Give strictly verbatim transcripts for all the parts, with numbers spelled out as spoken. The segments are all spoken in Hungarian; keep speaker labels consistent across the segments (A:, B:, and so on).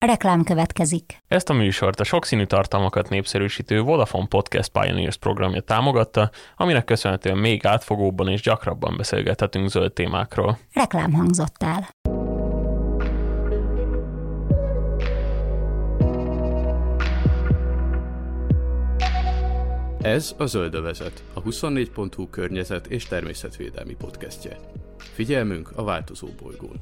A: Reklám következik.
B: Ezt a műsort a sokszínű tartalmakat népszerűsítő Vodafone Podcast Pioneers programja támogatta, aminek köszönhetően még átfogóbban és gyakrabban beszélgethetünk zöld témákról.
A: Reklám hangzott el.
C: Ez a Zöldövezet, a huszonnégy pont hu környezet- és természetvédelmi podcastje. Figyelmünk a változó bolygón!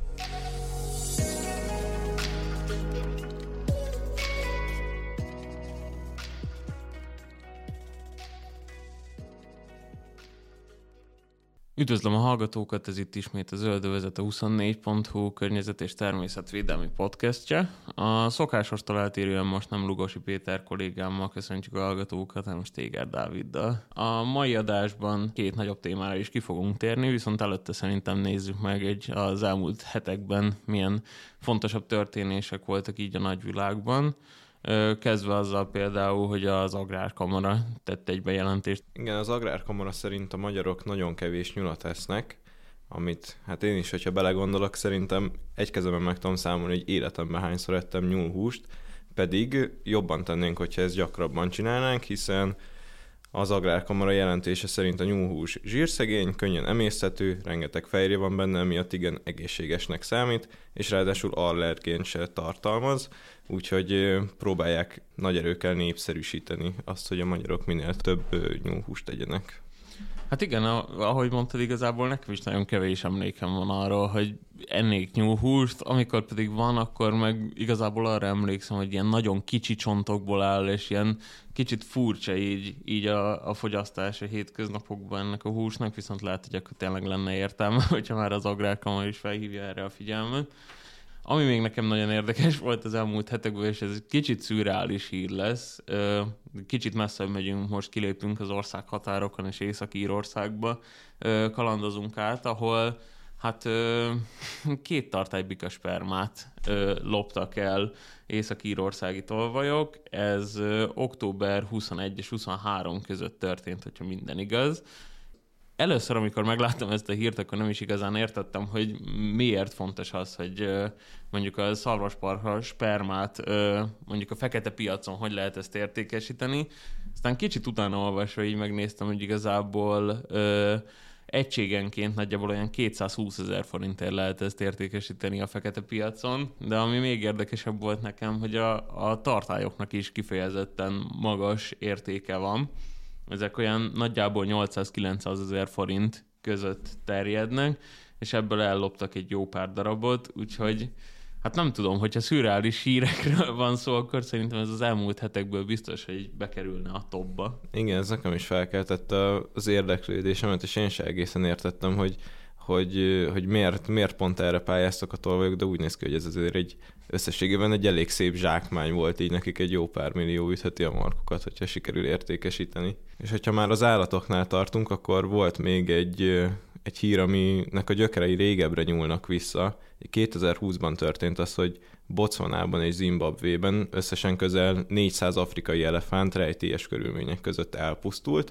B: Üdvözlöm a hallgatókat, ez itt ismét a Zöldövezet, a huszonnégy pont hu környezet- és természetvédelmi podcastje. A szokásostól eltérően most nem Lugosi Péter kollégámmal köszöntjük a hallgatókat, hanem Stéger Dáviddal. A mai adásban két nagyobb témára is ki fogunk térni, viszont előtte szerintem nézzük meg egy az elmúlt hetekben milyen fontosabb történések voltak így a nagyvilágban. Kezdve azzal például, hogy az Agrárkamara tett egy bejelentést.
D: Igen, az Agrárkamara szerint a magyarok nagyon kevés nyulat esznek, amit hát én is, hogyha belegondolok, szerintem egy kezemben meg tudom számolni, hogy életemben hányszor ettem nyúlhúst, pedig jobban tennénk, hogyha ezt gyakrabban csinálnánk, hiszen az Agrárkamara jelentése szerint a nyúlhús zsírszegény, könnyen emészthető, rengeteg fehérje van benne, miatt igen egészségesnek számít, és ráadásul allergént se tartalmaz, úgyhogy próbálják nagy erőkkel népszerűsíteni azt, hogy a magyarok minél több nyúlhúst tegyenek.
B: Hát igen, ahogy mondtad, igazából nekem is nagyon kevés emlékem van arról, hogy ennék nyúlhúst, amikor pedig van, akkor meg igazából arra emlékszem, hogy ilyen nagyon kicsi csontokból áll, és ilyen kicsit furcsa így, így a, a fogyasztás a hétköznapokban ennek a húsnak, viszont lehet, hogy akkor tényleg lenne értelme, hogyha már az Agrárkamara is felhívja erre a figyelmet. Ami még nekem nagyon érdekes volt az elmúlt hetekben, és ez egy kicsit szürreális hír lesz. Kicsit messzebb megyünk, most kilépünk az ország határokon, és Észak-Írországba kalandozunk át, ahol hát két tartály bikaspermát loptak el észak-írországi tolvajok. Ez október huszonegy és huszonhárom között történt, hogyha minden igaz. Először, amikor megláttam ezt a hírt, akkor nem is igazán értettem, hogy miért fontos az, hogy mondjuk a szarvasparha spermát mondjuk a fekete piacon hogy lehet ezt értékesíteni. Aztán kicsit utána olvasva így megnéztem, hogy igazából egységenként nagyjából olyan kétszázhúszezer forintért lehet ezt értékesíteni a fekete piacon, de ami még érdekesebb volt nekem, hogy a, a tartályoknak is kifejezetten magas értéke van. Ezek olyan nagyjából nyolcszáz-kilencszázezer forint között terjednek, és ebből elloptak egy jó pár darabot, úgyhogy hát nem tudom, hogyha szürreális hírekről van szó, akkor szerintem ez az elmúlt hetekből biztos, hogy bekerülne a topba.
D: Igen, ez nekem is felkeltette az érdeklődésemet, és én sem egészen értettem, hogy hogy, hogy miért, miért pont erre pályáztak a tolvajok, de úgy néz ki, hogy ez azért egy összességében egy elég szép zsákmány volt, így nekik egy jó pár millió ütheti a markokat, hogyha sikerül értékesíteni. És hogyha már az állatoknál tartunk, akkor volt még egy, egy hír, aminek a gyökerei régebbre nyúlnak vissza. kétezer-húszban történt az, hogy Botswanában és Zimbabvében összesen közel négyszáz afrikai elefánt rejtélyes körülmények között elpusztult,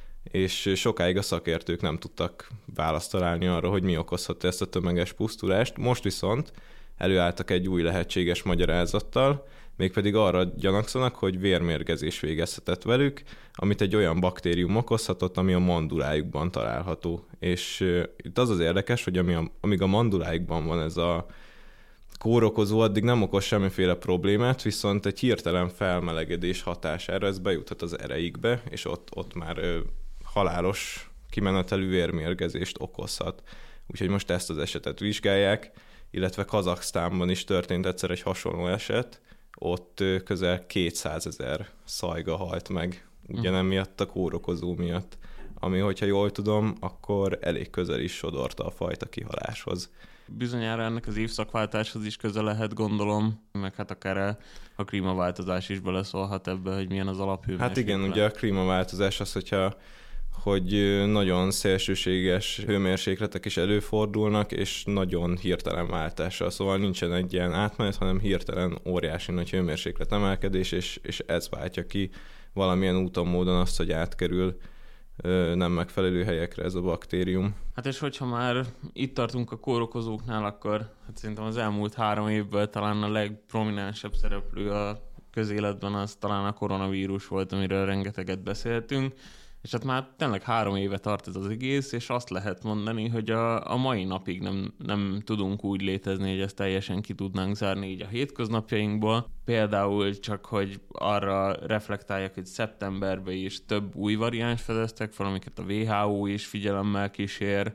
D: és sokáig a szakértők nem tudtak választ találni arra, hogy mi okozhatta ezt a tömeges pusztulást. Most viszont előálltak egy új lehetséges magyarázattal, mégpedig arra gyanakszanak, hogy vérmérgezés végezhetett velük, amit egy olyan baktérium okozhatott, ami a mandulájukban található. És uh, itt az az érdekes, hogy ami a, amíg a mandulájukban van ez a kórokozó, addig nem okoz semmiféle problémát, viszont egy hirtelen felmelegedés hatására ez bejuthat az ereikbe, és ott, ott már uh, halálos kimenetelű vérmérgezést okozhat. Úgyhogy most ezt az esetet vizsgálják, illetve Kazaksztánban is történt egyszer egy hasonló eset, ott közel kétszázezer szajga halt meg, ugyanem miatt a kórokozó miatt, ami, hogyha jól tudom, akkor elég közel is sodorta a fajta kihaláshoz.
B: Bizonyára ennek az évszakváltáshoz is köze lehet, gondolom, meg hát akár a klímaváltozás is beleszólhat ebbe, hogy milyen az alaphőmérséklet.
D: Hát igen, ugye a klímaváltozás az, hogyha hogy nagyon szélsőséges hőmérsékletek is előfordulnak, és nagyon hirtelen váltással. Szóval nincsen egy ilyen átmenet, hanem hirtelen óriási nagy hőmérséklet emelkedés, és, és ez váltja ki valamilyen úton, módon azt, hogy átkerül nem megfelelő helyekre ez a baktérium.
B: Hát és hogyha már itt tartunk a kórokozóknál, akkor hát szerintem az elmúlt három évben talán a legprominensebb szereplő a közéletben az talán a koronavírus volt, amiről rengeteget beszéltünk, és hát már tényleg három éve tart ez az egész, és azt lehet mondani, hogy a, a mai napig nem, nem tudunk úgy létezni, hogy ezt teljesen ki tudnánk zárni így a hétköznapjainkból. Például csak, hogy arra reflektáljak, hogy szeptemberben is több új variáns fedeztek fel, amiket a dupla vé há ó is figyelemmel kísér,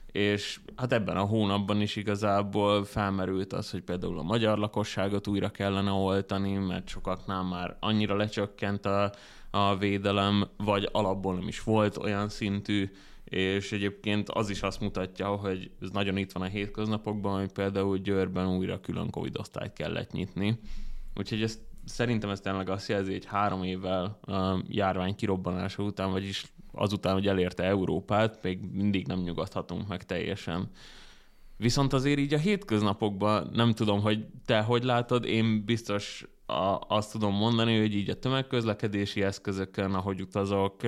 B: és hát ebben a hónapban is igazából felmerült az, hogy például a magyar lakosságot újra kellene oltani, mert sokaknál már annyira lecsökkent a, a védelem, vagy alapból nem is volt olyan szintű, és egyébként az is azt mutatja, hogy ez nagyon itt van a hétköznapokban, hogy például Győrben újra külön Covid osztályt kellett nyitni. Úgyhogy ezt, szerintem ez tényleg azt jelzi, hogy három évvel a járvány kirobbanása után, vagyis azután, hogy elérte Európát, még mindig nem nyugodhatunk meg teljesen. Viszont azért így a hétköznapokban nem tudom, hogy te hogy látod, én biztos a, azt tudom mondani, hogy így a tömegközlekedési eszközökön, ahogy utazok,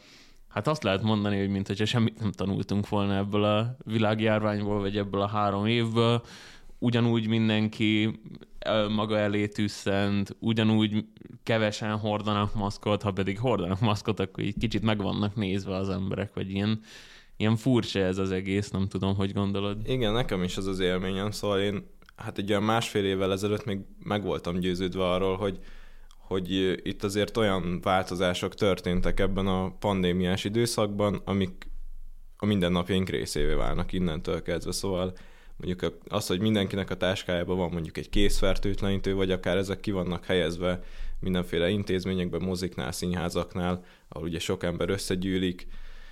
B: hát azt lehet mondani, hogy mintha semmit nem tanultunk volna ebből a világjárványból, vagy ebből a három évből. Ugyanúgy mindenki maga elé tüsszent, ugyanúgy kevesen hordanak maszkot, ha pedig hordanak maszkot, akkor így kicsit meg vannak nézve az emberek, vagy ilyen, ilyen furcsa ez az egész, nem tudom, hogy gondolod.
D: Igen, nekem is az az élményem, szóval én hát egy olyan másfél évvel ezelőtt még meg voltam győződve arról, hogy, hogy itt azért olyan változások történtek ebben a pandémiás időszakban, amik a mindennapjaink részévé válnak innentől kezdve, szóval mondjuk az, hogy mindenkinek a táskájában van mondjuk egy készfertőtlenítő, vagy akár ezek ki vannak helyezve mindenféle intézményekben, moziknál, színházaknál, ahol ugye sok ember összegyűlik.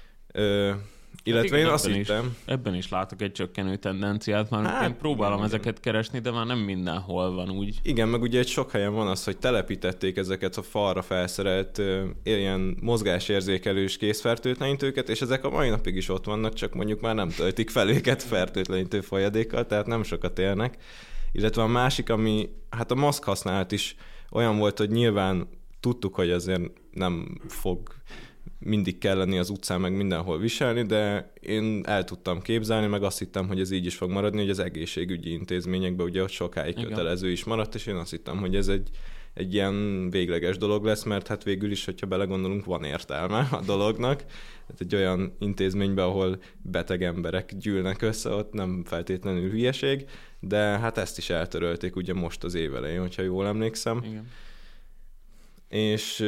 D: Ö, illetve hát én azt hittem...
B: Is, ebben is látok egy csökkenő tendenciát, már hát, én próbálom igen, ezeket keresni, de már nem mindenhol van úgy.
D: Igen, meg ugye egy sok helyen van az, hogy telepítették ezeket a falra felszerelt ö, ilyen mozgásérzékelős készfertőtlenítőket, és ezek a mai napig is ott vannak, csak mondjuk már nem töltik fel őket fertőtlenítő folyadékkal, tehát nem sokat élnek. Illetve a másik, ami hát a maszk használat is olyan volt, hogy nyilván tudtuk, hogy azért nem fog mindig kell lenni az utcán, meg mindenhol viselni, de én el tudtam képzelni, meg azt hittem, hogy ez így is fog maradni, hogy az egészségügyi intézményekben ugye ott sokáig
B: igen,
D: kötelező is maradt, és én azt hittem, hogy ez egy, egy ilyen végleges dolog lesz, mert hát végül is, hogyha belegondolunk, van értelme a dolognak. Hát egy olyan intézményben, ahol beteg emberek gyűlnek össze, ott nem feltétlenül hülyeség, de hát ezt is eltörölték ugye most az év elején, hogyha jól emlékszem.
B: Igen.
D: És...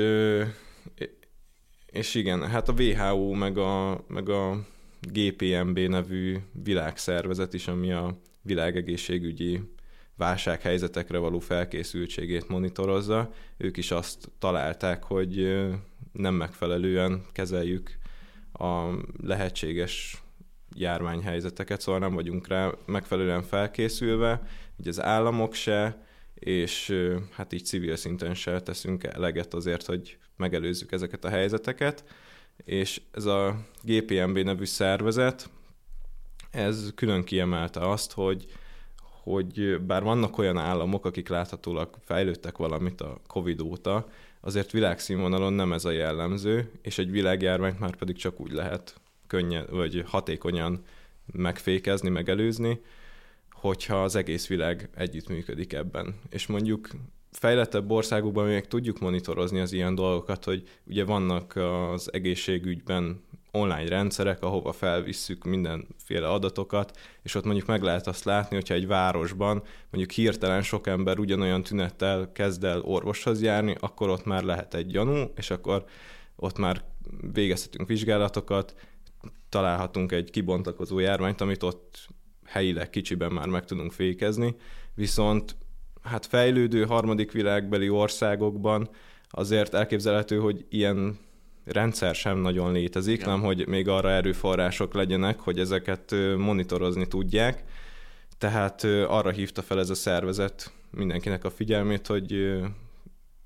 D: És igen, hát a dupla vé há ó meg a, meg a gé pé em bé nevű világszervezet is, ami a világegészségügyi válsághelyzetekre való felkészültségét monitorozza, ők is azt találták, hogy nem megfelelően kezeljük a lehetséges járványhelyzeteket, szóval nem vagyunk rá megfelelően felkészülve, ugye az államok se, és hát így civil szinten se teszünk eleget azért, hogy megelőzzük ezeket a helyzeteket, és ez a gé pé em bé nevű szervezet, ez külön kiemelte azt, hogy, hogy bár vannak olyan államok, akik láthatólag fejlődtek valamit a Covid óta, azért világszínvonalon nem ez a jellemző, és egy világjárványt már pedig csak úgy lehet könnyen, vagy hatékonyan megfékezni, megelőzni, hogyha az egész világ együttműködik ebben. És mondjuk fejlettebb országokban még tudjuk monitorozni az ilyen dolgokat, hogy ugye vannak az egészségügyben online rendszerek, ahova felvisszük mindenféle adatokat, és ott mondjuk meg lehet azt látni, hogyha egy városban mondjuk hirtelen sok ember ugyanolyan tünettel kezd el orvoshoz járni, akkor ott már lehet egy gyanú, és akkor ott már végezhetünk vizsgálatokat, találhatunk egy kibontakozó járványt, amit ott helyileg kicsiben már meg tudunk fékezni, viszont hát fejlődő harmadik világbeli országokban azért elképzelhető, hogy ilyen rendszer sem nagyon létezik, igen, nem hogy még arra erőforrások legyenek, hogy ezeket monitorozni tudják. Tehát arra hívta fel ez a szervezet mindenkinek a figyelmét, hogy,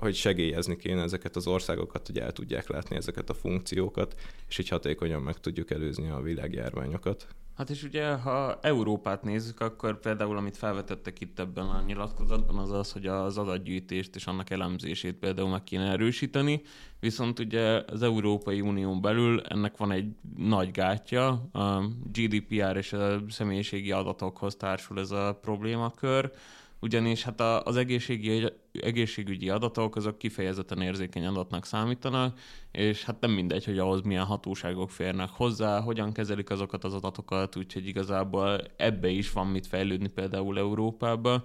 D: hogy segélyezni kéne ezeket az országokat, hogy el tudják látni ezeket a funkciókat, és így hatékonyan meg tudjuk előzni a világjárványokat.
B: Hát és ugye, ha Európát nézzük, akkor például, amit felvetettek itt ebben a nyilatkozatban, az az, hogy az adatgyűjtést és annak elemzését például meg kéne erősíteni, viszont ugye az Európai Unión belül ennek van egy nagy gátja, a gé dé pé er és a személyiségi adatokhoz társul ez a problémakör, ugyanis hát az egészségügyi, egészségügyi adatok azok kifejezetten érzékeny adatnak számítanak, és hát nem mindegy, hogy ahhoz milyen hatóságok férnek hozzá, hogyan kezelik azokat az adatokat, úgyhogy igazából ebbe is van mit fejlődni például Európába,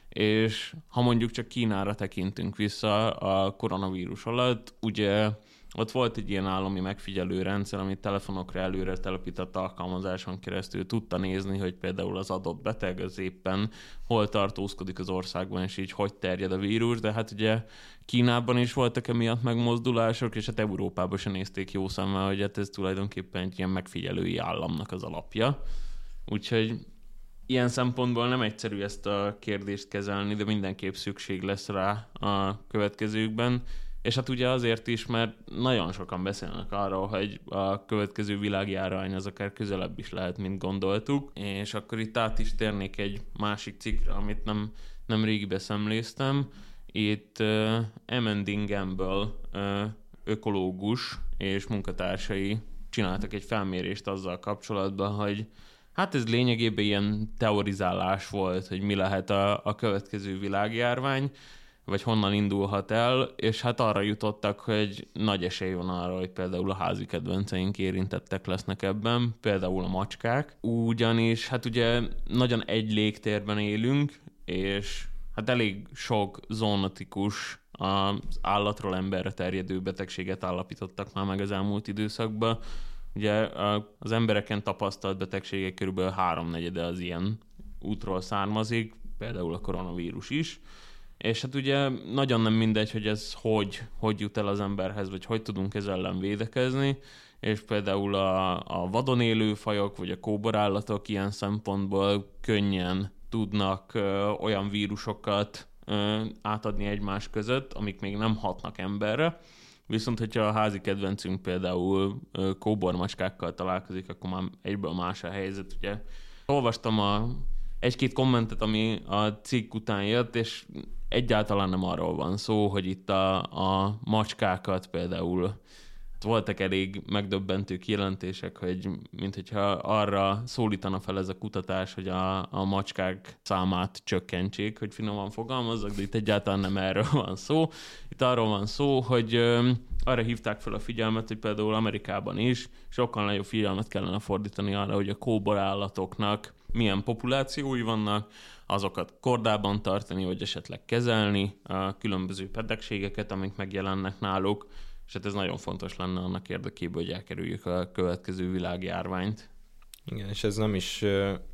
B: és ha mondjuk csak Kínára tekintünk vissza a koronavírus alatt, ugye ott volt egy ilyen állami megfigyelő rendszer, amit telefonokra előre telepített alkalmazáson keresztül tudta nézni, hogy például az adott beteg az éppen hol tartózkodik az országban, és így hogy terjed a vírus, de hát ugye Kínában is voltak emiatt megmozdulások, és hát Európában sem nézték jó szemmel, hogy hát ez tulajdonképpen egy ilyen megfigyelői államnak az alapja. Úgyhogy ilyen szempontból nem egyszerű ezt a kérdést kezelni, de mindenképp szükség lesz rá a következőkben. És hát ugye azért is, mert nagyon sokan beszélnek arról, hogy a következő világjárvány az akár közelebb is lehet, mint gondoltuk, és akkor itt át is térnék egy másik cikkre, amit nem, nem régibe szemléztem. Itt uh, Amandine Gamble uh, ökológus és munkatársai csináltak egy felmérést azzal kapcsolatban, hogy hát ez lényegében ilyen teorizálás volt, hogy mi lehet a, a következő világjárvány, vagy honnan indulhat el, és hát arra jutottak, hogy nagy esély van arra, hogy például a házi kedvenceink érintettek lesznek ebben, például a macskák, ugyanis hát ugye nagyon egy légtérben élünk, és hát elég sok zoonotikus, az állatról emberre terjedő betegséget állapítottak már meg az elmúlt időszakban. Ugye az embereken tapasztalt betegségek körülbelül háromnegyede az ilyen útról származik, például a koronavírus is. És hát ugye nagyon nem mindegy, hogy ez hogy, hogy jut el az emberhez, vagy hogy tudunk ezzel ellen védekezni, és például a, a vadon élő fajok, vagy a kóborállatok ilyen szempontból könnyen tudnak ö, olyan vírusokat ö, átadni egymás között, amik még nem hatnak emberre. Viszont, hogyha a házi kedvencünk például ö, kóbormacskákkal találkozik, akkor már egyből más a helyzet. Ugye olvastam a egy-két kommentet, ami a cikk után jött, és egyáltalán nem arról van szó, hogy itt a, a macskákat például voltak elég megdöbbentő kijelentések, hogy minthogyha arra szólítana fel ez a kutatás, hogy a, a macskák számát csökkentsék, hogy finoman fogalmazzak, de itt egyáltalán nem erről van szó. Itt arról van szó, hogy ö, arra hívták fel a figyelmet, hogy például Amerikában is sokkal nagyobb figyelmet kellene fordítani arra, hogy a kóborállatoknak milyen populációi vannak, azokat kordában tartani, vagy esetleg kezelni a különböző betegségeket, amik megjelennek náluk, és hát ez nagyon fontos lenne annak érdekében, hogy elkerüljük a következő világjárványt.
D: Igen, és ez nem is,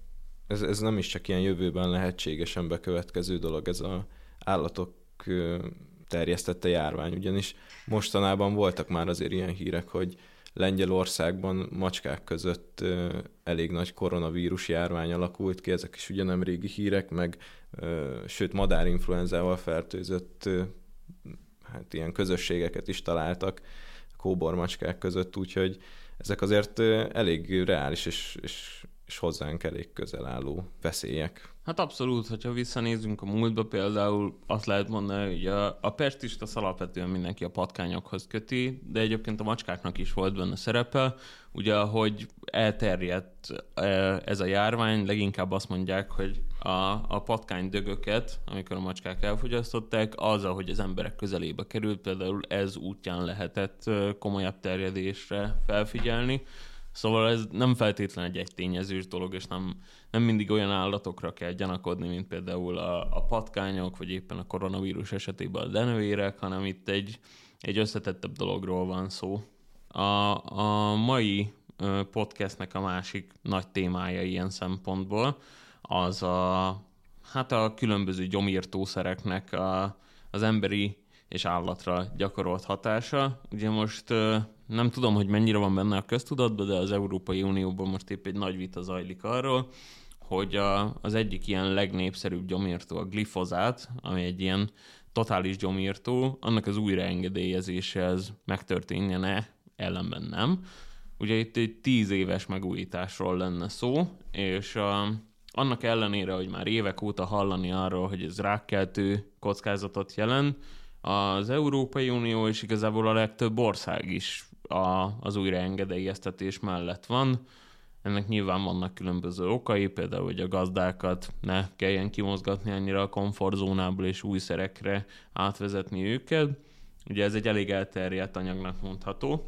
D: ez, ez nem is csak ilyen jövőben lehetségesen bekövetkező dolog, ez az állatok terjesztette járvány, ugyanis mostanában voltak már azért ilyen hírek, hogy Lengyelországban macskák között elég nagy koronavírus járvány alakult ki, ezek is ugye nem régi hírek, meg sőt madárinfluenzával fertőzött hát ilyen közösségeket is találtak kóbormacskák között, úgyhogy ezek azért elég reális és, és, és hozzánk elég közel álló veszélyek.
B: Hát abszolút, hogyha visszanézzünk a múltba, például azt lehet mondani, hogy a, a pestist az alapvetően mindenki a patkányokhoz köti, de egyébként a macskáknak is volt benne szerepe. Ugye, ahogy elterjedt ez a járvány, leginkább azt mondják, hogy a, a patkánydögöket, amikor a macskák elfogyasztották, az, ahogy az emberek közelébe került, például ez útján lehetett komolyabb terjedésre felfigyelni. Szóval ez nem feltétlenül egy egytényezős dolog, és nem, nem mindig olyan állatokra kell gyanakodni, mint például a, a patkányok, vagy éppen a koronavírus esetében a denevérek, hanem itt egy, egy összetettebb dologról van szó. A, a mai podcastnek a másik nagy témája ilyen szempontból az a, hát a különböző gyomírtószereknek a, az emberi és állatra gyakorolt hatása. Ugye most nem tudom, hogy mennyire van benne a köztudatban, de az Európai Unióban most épp egy nagy vita zajlik arról, hogy a, az egyik ilyen legnépszerűbb gyomírtó a glifozát, ami egy ilyen totális gyomírtó, annak az újraengedélyezése az megtörténjene, ellenben nem. Ugye itt egy tíz éves megújításról lenne szó, és a, annak ellenére, hogy már évek óta hallani arról, hogy ez rákkeltő kockázatot jelent, az Európai Unió és igazából a legtöbb ország is a, az újraengedélyeztetés mellett van. Ennek nyilván vannak különböző okai, például, hogy a gazdákat ne kelljen kimozgatni annyira a komfortzónából és új szerekre átvezetni őket. Ugye ez egy elég elterjedt anyagnak mondható,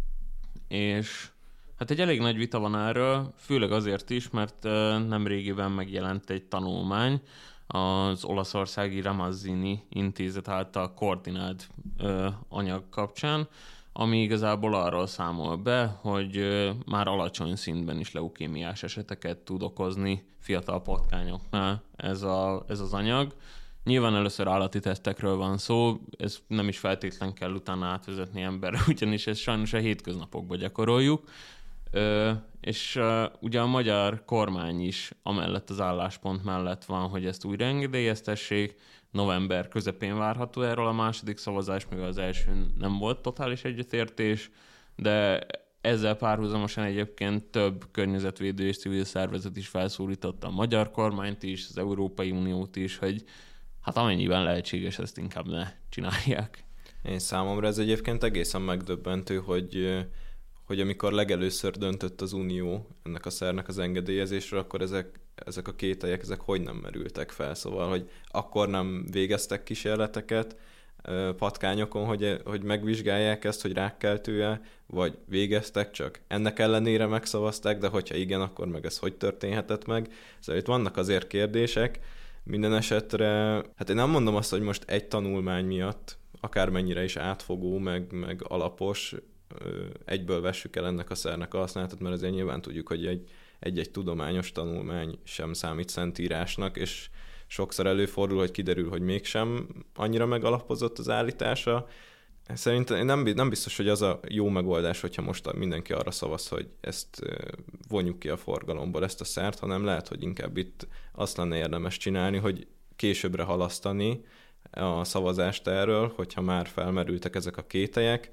B: és hát egy elég nagy vita van erről, főleg azért is, mert nemrégiben megjelent egy tanulmány az olaszországi Ramazzini intézet által koordinált anyag kapcsán, ami igazából arról számol be, hogy már alacsony szintben is leukémiás eseteket tud okozni fiatal patkányoknál ez, a, ez az anyag. Nyilván először állati tesztekről van szó, ez nem is feltétlen kell utána átvezetni emberre, ugyanis ezt sajnos a hétköznapokban gyakoroljuk. Ö, és uh, ugye a magyar kormány is amellett az álláspont mellett van, hogy ezt újra engedélyeztessék. November közepén várható erről a második szavazás, mivel az első nem volt totális egyetértés, de ezzel párhuzamosan egyébként több környezetvédő és civil szervezet is felszólította a magyar kormányt is, az Európai Uniót is, hogy hát amennyiben lehetséges, ezt inkább ne csinálják.
D: Én számomra ez egyébként egészen megdöbbentő, hogy, hogy amikor legelőször döntött az Unió ennek a szernek az engedélyezésről, akkor ezek, ezek a kételyek, ezek hogy nem merültek fel. Szóval, hogy akkor nem végeztek kísérleteket patkányokon, hogy, hogy megvizsgálják ezt, hogy rákkeltő-e, vagy végeztek, csak ennek ellenére megszavazták, de hogyha igen, akkor meg ez hogy történhetett meg. Szóval itt vannak azért kérdések. Minden esetre, hát én nem mondom azt, hogy most egy tanulmány miatt, akármennyire is átfogó, meg, meg alapos, egyből vessük el ennek a szernek a használatot, mert azért nyilván tudjuk, hogy egy, egy-egy tudományos tanulmány sem számít szentírásnak, és sokszor előfordul, hogy kiderül, hogy mégsem annyira megalapozott az állítása. Szerintem én nem, nem biztos, hogy az a jó megoldás, hogyha most mindenki arra szavaz, hogy ezt vonjuk ki a forgalomból, ezt a szert, hanem lehet, hogy inkább itt azt lenne érdemes csinálni, hogy későbbre halasztani a szavazást erről, hogyha már felmerültek ezek a kételyek,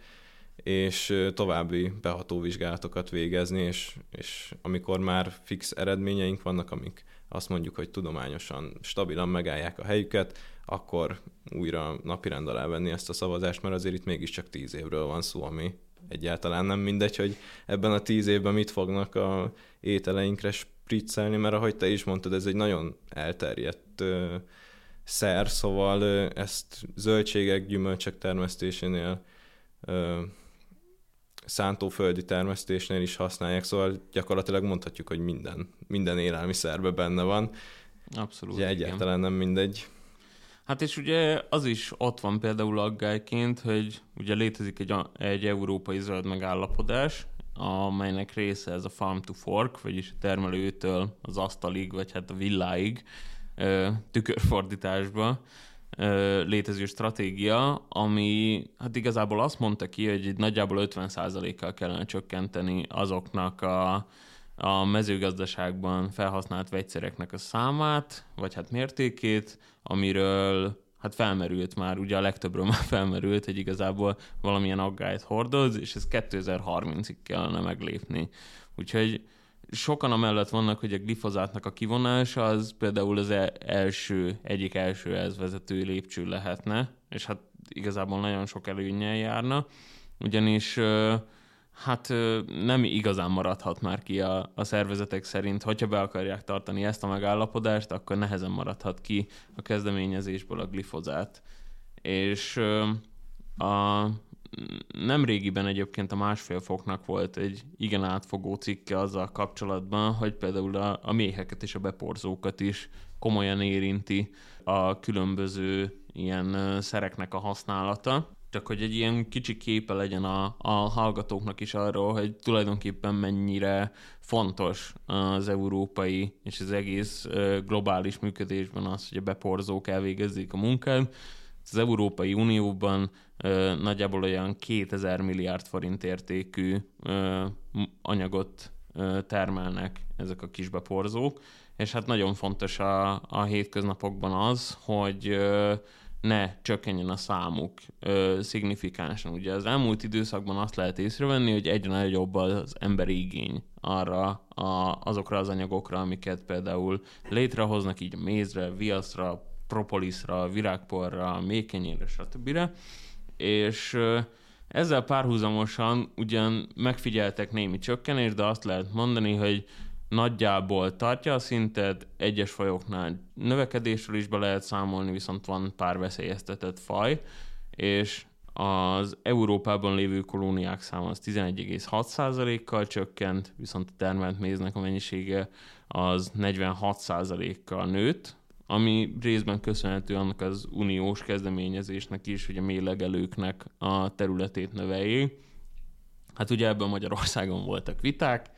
D: és további beható vizsgálatokat végezni, és, és amikor már fix eredményeink vannak, amik azt mondjuk, hogy tudományosan stabilan megállják a helyüket, akkor újra napirend alá venni ezt a szavazást, mert azért itt mégiscsak tíz évről van szó, ami egyáltalán nem mindegy, hogy ebben a tíz évben mit fognak a ételeinkre spriccelni, mert ahogy te is mondtad, ez egy nagyon elterjedt ö, szer, szóval ö, ezt zöldségek, gyümölcsök termesztésénél, ö, szántóföldi termesztésnél is használják, szóval gyakorlatilag mondhatjuk, hogy minden, minden élelmiszerben benne van.
B: Abszolút.
D: Ugye egyáltalán nem mindegy.
B: Hát és ugye az is ott van például aggályként, hogy ugye létezik egy, egy európai zöld megállapodás, amelynek része ez a Farm to Fork, vagyis a termelőtől az asztalig, vagy hát a villáig tükörfordításba létező stratégia, ami hát igazából azt mondta ki, hogy nagyjából ötven százalékkal kellene csökkenteni azoknak a, a mezőgazdaságban felhasznált vegyszereknek a számát, vagy hát mértékét, amiről hát felmerült már, ugye a legtöbbről már felmerült, hogy igazából valamilyen aggályt hordoz, és ez kétezer-harmincig kellene meglépni. Úgyhogy sokan amellett vannak, hogy a glifozátnak a kivonása az például az első, egyik elsőhez vezető lépcső lehetne, és hát igazából nagyon sok előnnyel járna, ugyanis hát nem igazán maradhat már ki a, a szervezetek szerint, hogyha be akarják tartani ezt a megállapodást, akkor nehezen maradhat ki a kezdeményezésből a glifozát. És a nem régiben egyébként a Másfél Foknak volt egy igen átfogó cikke azzal kapcsolatban, hogy például a, a méheket és a beporzókat is komolyan érinti a különböző ilyen szereknek a használata. Csak hogy egy ilyen kicsi képe legyen a, a hallgatóknak is arról, hogy tulajdonképpen mennyire fontos az európai és az egész globális működésben az, hogy a beporzók elvégezzék a munkát. Az Európai Unióban ö, nagyjából olyan kétezer milliárd forint értékű ö, anyagot ö, termelnek ezek a kis beporzók, és hát nagyon fontos a, a hétköznapokban az, hogy ö, ne csökkenjen a számuk ö, szignifikánsan. Ugye az elmúlt időszakban azt lehet észrevenni, hogy egyre nagyobb az emberi igény arra, a, azokra az anyagokra, amiket például létrehoznak, így a mézre, viaszra, propolisra, virágporra, méhkenyérre, stb. És ö, ezzel párhuzamosan ugyan megfigyeltek némi csökkenést, de azt lehet mondani, hogy nagyjából tartja a szintet, egyes fajoknál növekedésről is be lehet számolni, viszont van pár veszélyeztetett faj, és az Európában lévő kolóniák száma az tizenegy egész hat százalékkal csökkent, viszont a termelt méznek a mennyisége az negyvenhat százalékkal nőtt, ami részben köszönhető annak az uniós kezdeményezésnek is, hogy a méhlegelőknek a területét növeljék. Hát ugye ebben Magyarországon voltak viták,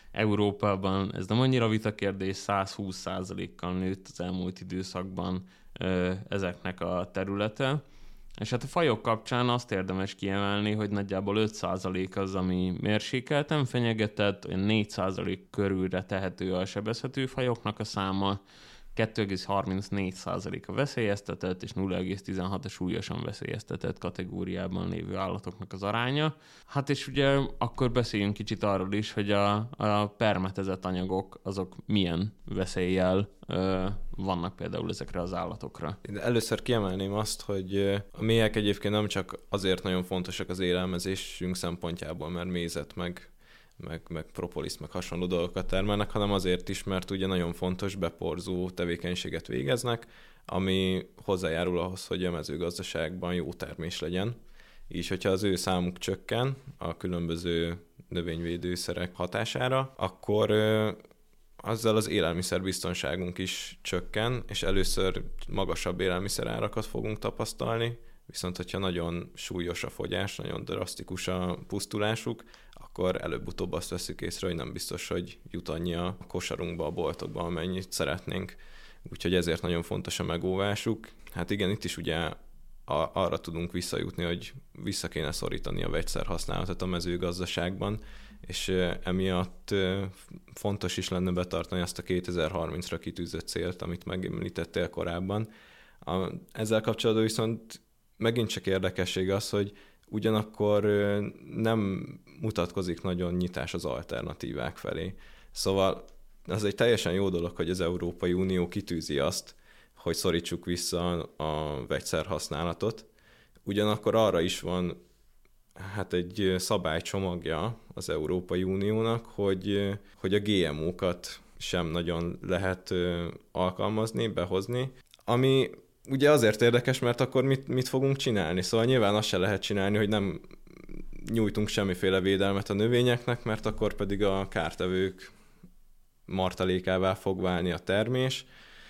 B: Európában ez nem annyira vitakérdés, száz húsz százalékkal nőtt az elmúlt időszakban ö, ezeknek a területe. És hát a fajok kapcsán azt érdemes kiemelni, hogy nagyjából öt százalék az, ami mérsékelten fenyegetett, olyan négy százalék körülre tehető a sebezhető fajoknak a száma, kettő egész harmincnégy százalék a veszélyeztetett, és nulla egész tizenhat a súlyosan veszélyeztetett kategóriában lévő állatoknak az aránya. Hát és ugye akkor beszéljünk kicsit arról is, hogy a, a permetezett anyagok azok milyen veszéllyel ö, vannak például ezekre az állatokra.
D: Először kiemelném azt, hogy a méhek egyébként nem csak azért nagyon fontosak az élelmezésünk szempontjából, mert mézet meg Meg, meg propolis, meg hasonló dolgokat termelnek, hanem azért is, mert ugye nagyon fontos beporzó tevékenységet végeznek, ami hozzájárul ahhoz, hogy a mezőgazdaságban jó termés legyen. Így, hogyha az ő számuk csökken a különböző növényvédőszerek hatására, akkor azzal az élelmiszerbiztonságunk is csökken, és először magasabb élelmiszerárakat fogunk tapasztalni, viszont hogyha nagyon súlyos a fogyás, nagyon drasztikus a pusztulásuk, akkor előbb-utóbb azt veszük észre, hogy nem biztos, hogy jut annyi a kosarunkba, a boltokba, amennyit szeretnénk. Úgyhogy ezért nagyon fontos a megóvásuk. Hát igen, itt is ugye a, arra tudunk visszajutni, hogy vissza kéne szorítani a vegyszerhasználatot a mezőgazdaságban, és emiatt fontos is lenne betartani azt a kétezer-harmincra kitűzött célt, amit megemlítettél korábban. A, ezzel kapcsolatban viszont megint csak érdekesség az, hogy ugyanakkor nem mutatkozik nagyon nyitás az alternatívák felé. Szóval az egy teljesen jó dolog, hogy az Európai Unió kitűzi azt, hogy szorítsuk vissza a vegyszerhasználatot. Ugyanakkor arra is van hát egy szabálycsomagja az Európai Uniónak, hogy, hogy a gé em ó-kat sem nagyon lehet alkalmazni, behozni, ami ugye azért érdekes, mert akkor mit, mit fogunk csinálni? Szóval nyilván azt se lehet csinálni, hogy nem nyújtunk semmiféle védelmet a növényeknek, mert akkor pedig a kártevők martalékává fog válni a termés.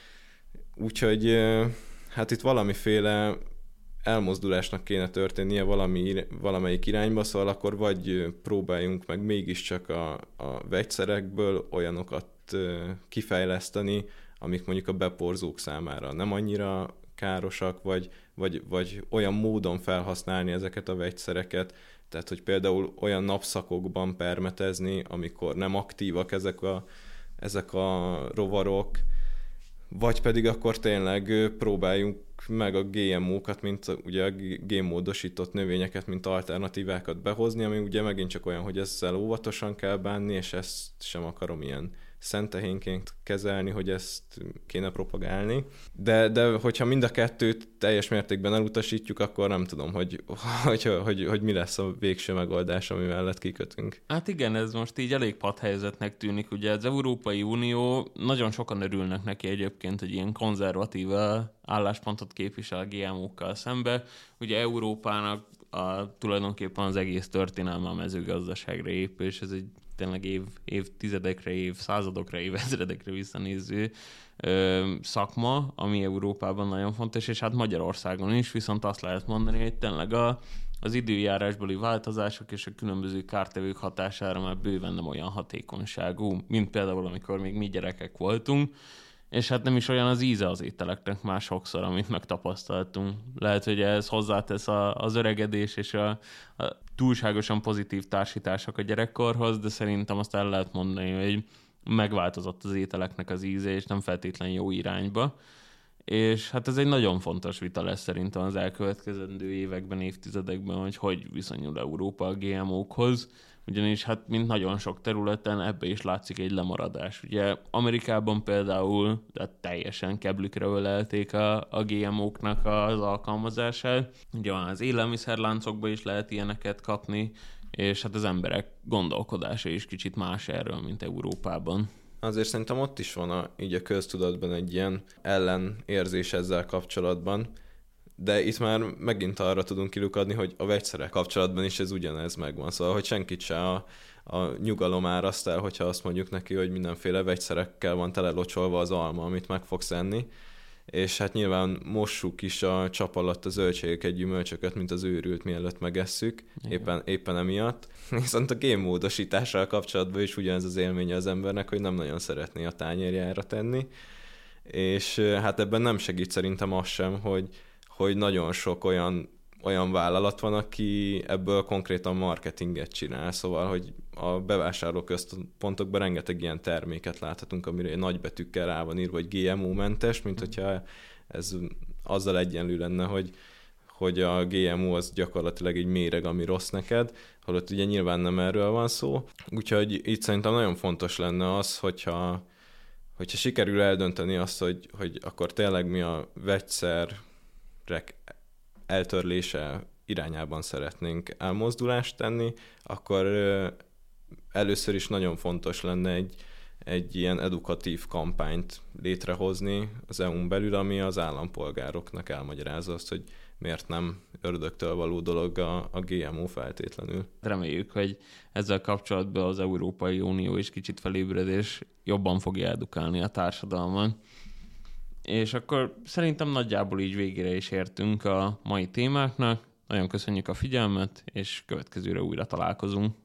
D: Úgyhogy hát itt valamiféle elmozdulásnak kéne történnie valami, valamelyik irányba, szóval akkor vagy próbáljunk meg mégiscsak a, a vegyszerekből olyanokat kifejleszteni, amik mondjuk a beporzók számára nem annyira károsak, vagy, vagy, vagy olyan módon felhasználni ezeket a vegyszereket, tehát hogy például olyan napszakokban permetezni, amikor nem aktívak ezek a, ezek a rovarok, vagy pedig akkor tényleg próbáljunk meg a gé em ó-kat, mint ugye a génmódosított növényeket, mint alternatívákat behozni, ami ugye megint csak olyan, hogy ezzel óvatosan kell bánni, és ezt sem akarom ilyen szentehénként kezelni, hogy ezt kéne propagálni. De, de hogyha mind a kettőt teljes mértékben elutasítjuk, akkor nem tudom, hogy, hogy, hogy, hogy mi lesz a végső megoldás, ami mellett kikötünk.
B: Hát igen, ez most így elég padhelyzetnek tűnik. Ugye az Európai Unió, nagyon sokan örülnek neki egyébként, hogy ilyen konzervatív álláspontot képvisel a gé em ó-kkal szembe. Ugye Európának a, tulajdonképpen az egész történelme a mezőgazdaságra épül, és ez egy tényleg év, évtizedekre, évszázadokra, évezredekre visszanéző ö, szakma, ami Európában nagyon fontos, és hát Magyarországon is, viszont azt lehet mondani, hogy tényleg a, az időjárásbeli változások és a különböző kártevők hatására már bőven nem olyan hatékonyságú, mint például amikor még mi gyerekek voltunk, és hát nem is olyan az íze az ételeknek már sokszor, amit megtapasztaltunk. Lehet, hogy ez hozzátesz a, az öregedés és a, a túlságosan pozitív társítások a gyerekkorhoz, de szerintem azt el lehet mondani, hogy megváltozott az ételeknek az íze, és nem feltétlenül jó irányba. és hát ez egy nagyon fontos vita lesz szerintem az elkövetkezendő években, évtizedekben, hogy hogy viszonyul Európa a gé em ó-khoz, ugyanis hát mint nagyon sok területen ebbe is látszik egy lemaradás. Ugye Amerikában például de teljesen keblükre ölelték a, a gé em ó-knak az alkalmazását. Ugye az élelmiszerláncokban is lehet ilyeneket kapni, és hát az emberek gondolkodása is kicsit más erről, mint Európában.
D: Azért szerintem ott is van a, így a köztudatban egy ilyen ellenérzés ezzel kapcsolatban, de itt már megint arra tudunk kilukadni, hogy a vegyszerek kapcsolatban is ez ugyanez megvan. Szóval, hogy senkit se a, a nyugalom áraszt el, hogyha azt mondjuk neki, hogy mindenféle vegyszerekkel van telelocsolva az alma, amit meg fogsz enni, és hát nyilván mossuk is a csap alatt a zöldségeket, gyümölcsöket, mint az őrült, mielőtt megesszük, éppen, éppen emiatt. Viszont a génmódosítással kapcsolatban is ugyanez az élménye az embernek, hogy nem nagyon szeretné a tányérjára tenni, és hát ebben nem segít szerintem az sem, hogy, hogy nagyon sok olyan, olyan vállalat van, aki ebből konkrétan marketinget csinál, szóval, hogy a bevásárlóközpontokban rengeteg ilyen terméket láthatunk, amire nagybetűkkel rá van írva, hogy gé em ó-mentes, mint hogyha ez azzal egyenlő lenne, hogy, hogy a gé em ó az gyakorlatilag egy méreg, ami rossz neked, holott ugye nyilván nem erről van szó. Úgyhogy itt szerintem nagyon fontos lenne az, hogyha, hogyha sikerül eldönteni azt, hogy, hogy akkor tényleg mi a vegyszerek eltörlése irányában szeretnénk elmozdulást tenni, akkor először is nagyon fontos lenne egy, egy ilyen edukatív kampányt létrehozni az é u-n belül, ami az állampolgároknak elmagyarázza azt, hogy miért nem ördögtől való dolog a, a gé em ó feltétlenül.
B: Reméljük, hogy ezzel kapcsolatban az Európai Unió is kicsit felébred, és jobban fogja edukálni a társadalmat. És akkor szerintem nagyjából így végére is értünk a mai témáknak. Nagyon köszönjük a figyelmet, és következőre újra találkozunk.